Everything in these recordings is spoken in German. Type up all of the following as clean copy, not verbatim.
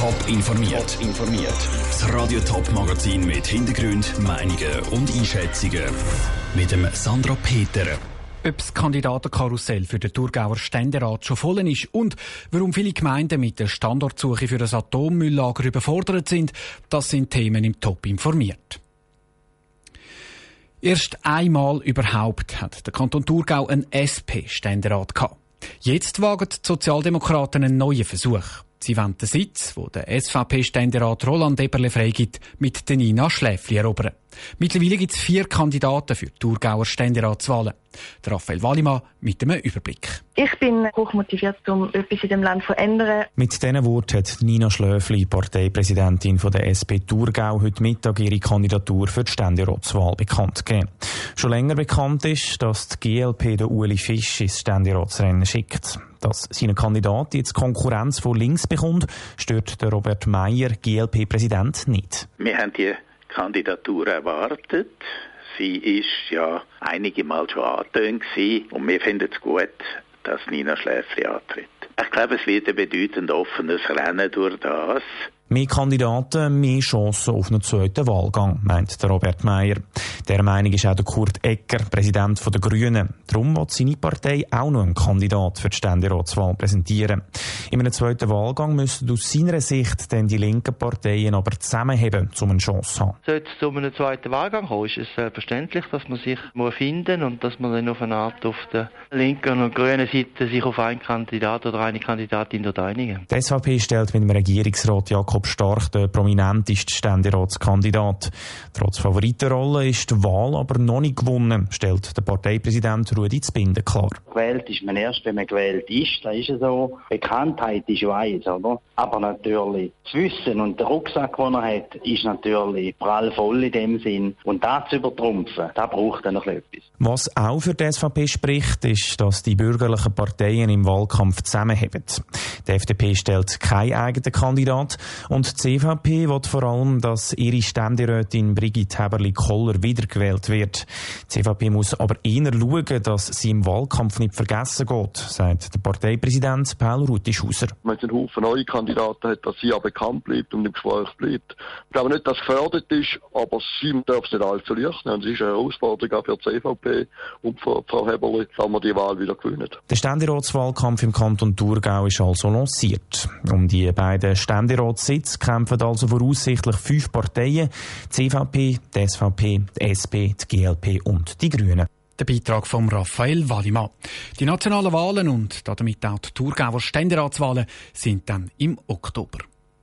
Top informiert. Das Radio Top Magazin mit Hintergrund, Meinungen und Einschätzungen mit dem Sandra Peter. Ob das Kandidatenkarussell für den Thurgauer Ständerat schon voll ist und warum viele Gemeinden mit der Standortsuche für das Atommülllager überfordert sind, das sind Themen im Top informiert. Erst einmal überhaupt hat der Kanton Thurgau einen SP-Ständerat gehabt. Jetzt wagen die Sozialdemokraten einen neuen Versuch. Sie wollen den Sitz, wo der SVP-Ständerat Roland Eberle freigibt, mit der Nina Schläfli erobern. Mittlerweile gibt es 4 Kandidaten für die Thurgauer Ständeratswahlen. Der Raphael Wallimann mit einem Überblick. Ich bin hochmotiviert, um etwas in dem Land zu verändern. Mit diesen Worten hat Nina Schläfli, Parteipräsidentin der SP Thurgau, heute Mittag ihre Kandidatur für die Ständeratswahl bekannt gegeben. Schon länger bekannt ist, dass die GLP den Ueli Fisch ins Ständeratsrennen schickt. Dass seine Kandidat jetzt Konkurrenz von links bekommt, stört der Robert Meier, GLP-Präsident, nicht. Wir haben die Kandidatur erwartet. Sie ist ja einige Mal schon angetönt gewesen und wir finden es gut, dass Nina Schläfli antritt. Ich glaube, es wird ein bedeutend offenes Rennen durch das. Mehr Kandidaten, mehr Chancen auf einen zweiten Wahlgang, meint der Robert Meier. Der Meinung ist auch der Kurt Egger, Präsident der Grünen. Darum will seine Partei auch noch einen Kandidat für die Ständeratswahl präsentieren. In einem zweiten Wahlgang müssten aus seiner Sicht dann die linken Parteien aber zusammenheben, um eine Chance zu haben. Sollte es zu einem zweiten Wahlgang kommen, ist es selbstverständlich, dass man sich finden muss und dass man dann auf eine Art auf der linken und grünen Seite sich auf einen Kandidat oder eine Kandidatin einigen. Die SVP stellt mit dem Regierungsrat Jakob Stark den prominentesten Ständeratskandidat. Trotz Favoritenrolle ist die Wahl aber noch nicht gewonnen, stellt der Parteipräsident Rudi Zbinden klar. Gewählt ist man erst, wenn man gewählt ist. Das ist so. Bekanntheit ist eins, oder? Aber natürlich das Wissen und der Rucksack, den er hat, ist natürlich prall voll in dem Sinn. Und das zu übertrumpfen, da braucht er noch etwas. Was auch für die SVP spricht, ist, dass die bürgerlichen Parteien im Wahlkampf zusammenhalten. Die FDP stellt keinen eigenen Kandidat und die CVP will vor allem, dass ihre Ständerätin Brigitte Häberli-Koller wiedergewählt wird. Die CVP muss aber eher schauen, dass sie im Wahlkampf nicht vergessen geht, sagt der Parteipräsident Paul Rutischhauser. Wenn es einen Haufen neue Kandidaten hat, dass sie ja bekannt bleibt und im Gespräch bleibt. Ich glaube nicht, dass es gefördert ist, aber sie darf es nicht allzu leicht nehmen. Es ist eine Herausforderung auch für die CVP und für Frau Häberli, dass wir die Wahl wieder gewinnen. Der Ständeratswahlkampf im Kanton Thurgau ist also lanciert. Um die beiden Ständeratssitze kämpfen also voraussichtlich 5 Parteien: die CVP, die SVP, die SP, die GLP und die Grünen. Der Beitrag von Raphael Wallimann. Die nationalen Wahlen und damit auch die Thurgauer Ständeratswahlen sind dann im Oktober.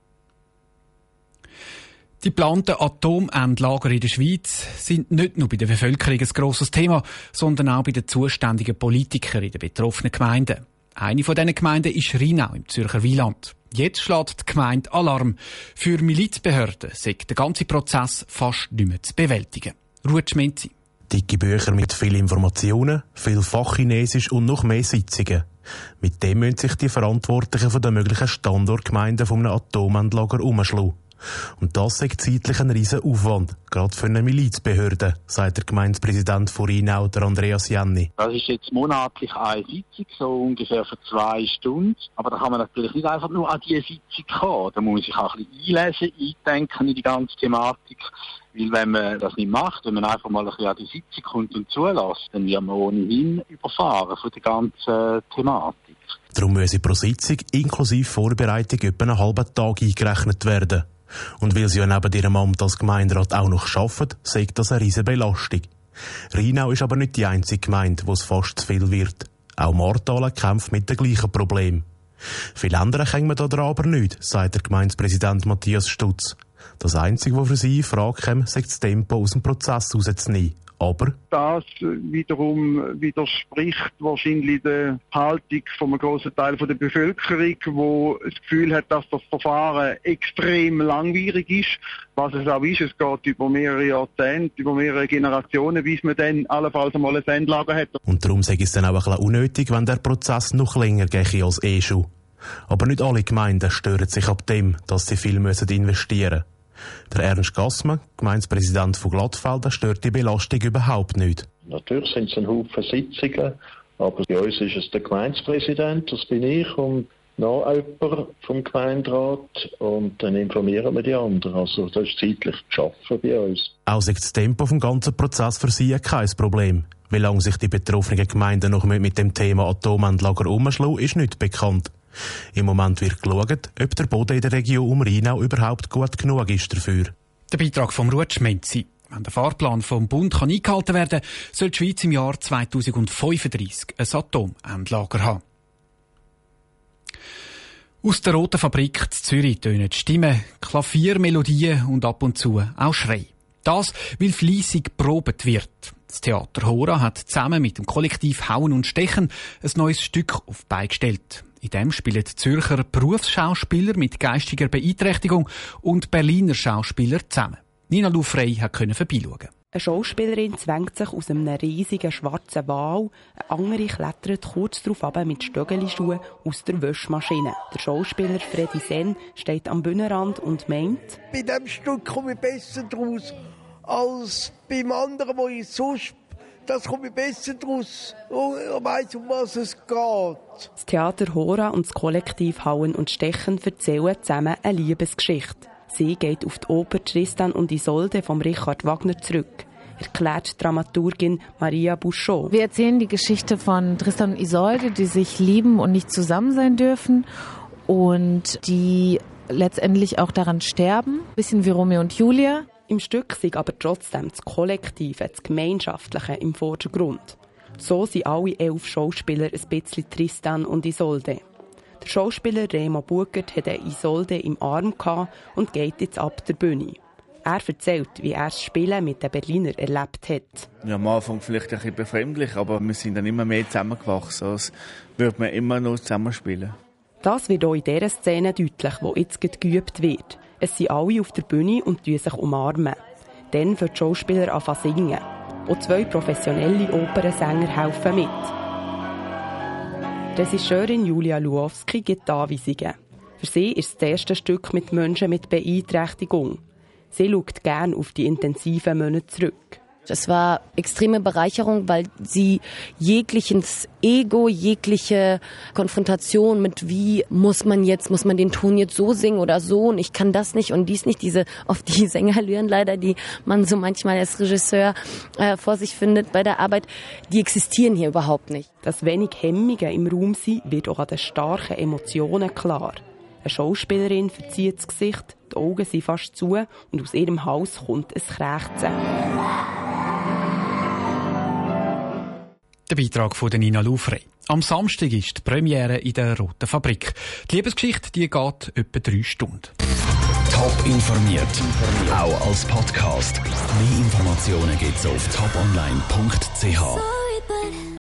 Die geplanten Atomendlager in der Schweiz sind nicht nur bei der Bevölkerung ein grosses Thema, sondern auch bei den zuständigen Politikern in den betroffenen Gemeinden. Eine von diesen Gemeinden ist Rheinau im Zürcher Wieland. Jetzt schlägt die Gemeinde Alarm. Für Milizbehörden sei der ganze Prozess fast nicht mehr zu bewältigen. Ruth Schmenzi. Dicke Bücher mit viel Informationen, viel Fachchinesisch und noch mehr Sitzungen. Mit dem müssen sich die Verantwortlichen von den möglichen Standortgemeinden von einem Atomendlager umschlagen. Und das ist zeitlich ein riesen Aufwand, gerade für eine Milizbehörde, sagt der Gemeindepräsident von Rheinau, der Andreas Jenny. Das ist jetzt monatlich eine Sitzung, so ungefähr für 2 Stunden. Aber da kann man natürlich nicht einfach nur an diese Sitzung kommen. Da muss man sich auch ein bisschen einlesen, eindenken in die ganze Thematik. Weil wenn man das nicht macht, wenn man einfach mal ein bisschen an die Sitzung kommt und zulässt, dann wird man ohnehin überfahren von der ganzen Thematik. Darum müsse pro Sitzung inklusive Vorbereitung etwa einen halben Tag eingerechnet werden. Und weil sie ja neben ihrem Amt als Gemeinderat auch noch arbeiten, sagt das eine riesige Belastung. Rheinau ist aber nicht die einzige Gemeinde, wo es fast zu viel wird. Auch Martalen kämpft mit dem gleichen Problem. Viel ändern können wir daran aber nicht, sagt der Gemeindepräsident Matthias Stutz. Das Einzige, was für sie in Frage käme, sei das Tempo aus dem Prozess rauszunehmen. Aber das wiederum widerspricht wahrscheinlich der Haltung von einem grossen Teil der Bevölkerung, wo das Gefühl hat, dass das Verfahren extrem langwierig ist. Was es auch ist, es geht über mehrere Jahrzehnte, über mehrere Generationen, bis man dann allenfalls einmal ein Endlager hat. Und darum sage ich es dann auch ein bisschen unnötig, wenn der Prozess noch länger gehe als schon. Aber nicht alle Gemeinden stören sich ab dem, dass sie viel investieren müssen. Der Ernst Gassmann, Gemeindepräsident von Glattfelden, stört die Belastung überhaupt nicht. Natürlich sind es ein Haufen Sitzungen, aber bei uns ist es der Gemeindepräsident, das bin ich, und noch jemand vom Gemeinderat und dann informieren wir die anderen. Also das ist zeitlich geschaffen bei uns. Auch ist das Tempo vom ganzen Prozess für Sie kein Problem. Wie lange sich die betroffenen Gemeinden noch mit dem Thema Atomendlager umschlagen, ist nicht bekannt. Im Moment wird geschaut, ob der Boden in der Region um Rheinau überhaupt gut genug ist dafür. Der Beitrag vom Ruth Schmenzi. Wenn der Fahrplan vom Bund eingehalten werden kann, soll die Schweiz im Jahr 2035 ein Atomendlager haben. Aus der Roten Fabrik in Zürich tönen die Stimmen, Klaviermelodien und ab und zu auch Schrei. Das, weil fleissig probt wird. Das Theater Hora hat zusammen mit dem Kollektiv Hauen und Stechen ein neues Stück auf die Beine gestellt. In dem spielen Zürcher Berufsschauspieler mit geistiger Beeinträchtigung und Berliner Schauspieler zusammen. Nina Lufrey konnte vorbeischauen. Eine Schauspielerin zwängt sich aus einem riesigen schwarzen Wal, eine andere klettert kurz darauf ab mit Stöckelschuhen aus der Wäschmaschine. Der Schauspieler Freddy Sen steht am Bühnenrand und meint: Bei diesem Stück komme ich besser draus als beim anderen, wo ich sonst... Das komme ich besser draus. Ich weiss, um was es geht. Das Theater Hora und das Kollektiv Hauen und Stechen erzählen zusammen eine Liebesgeschichte. Sie geht auf die Oper Tristan und Isolde von Richard Wagner zurück, erklärt die Dramaturgin Maria Bouchot. Wir erzählen die Geschichte von Tristan und Isolde, die sich lieben und nicht zusammen sein dürfen und die letztendlich auch daran sterben. Ein bisschen wie Romeo und Julia. Im Stück sind aber trotzdem das Kollektive, das Gemeinschaftliche im Vordergrund. So sind alle 11 Schauspieler ein bisschen Tristan und Isolde. Der Schauspieler Remo Bugert hatte Isolde im Arm und geht jetzt ab der Bühne. Er erzählt, wie er das Spielen mit den Berliner erlebt hat. Ja, am Anfang vielleicht ein bisschen befremdlich, aber wir sind dann immer mehr zusammengewachsen, als würde man immer noch zusammenspielen. Das wird auch in dieser Szene deutlich, die jetzt geübt wird. Es sind alle auf der Bühne und sich umarmen. Dann wird die Schauspieler anfangen singen. Auch 2 professionelle Opernsänger helfen mit. Regisseurin Julia Luowski gibt Anweisungen. Für sie ist es das erste Stück mit Menschen mit Beeinträchtigung. Sie schaut gerne auf die intensiven Monate zurück. Es war extreme Bereicherung, weil sie jegliches Ego, jegliche Konfrontation mit wie muss man den Ton jetzt so singen oder so und ich kann das nicht und dies nicht, die Sängerallüren leider, die man so manchmal als Regisseur vor sich findet bei der Arbeit, die existieren hier überhaupt nicht. Dass wenig Hemmungen im Raum sind, wird auch an den starken Emotionen klar. Eine Schauspielerin verzieht das Gesicht, die Augen sind fast zu und aus ihrem Hals kommt ein Krächzen. Der Beitrag von Nina Lufrey. Am Samstag ist die Premiere in der Roten Fabrik. Die Liebesgeschichte geht etwa 3 Stunden. Top informiert, auch als Podcast. Mehr Informationen gibt's auf toponline.ch.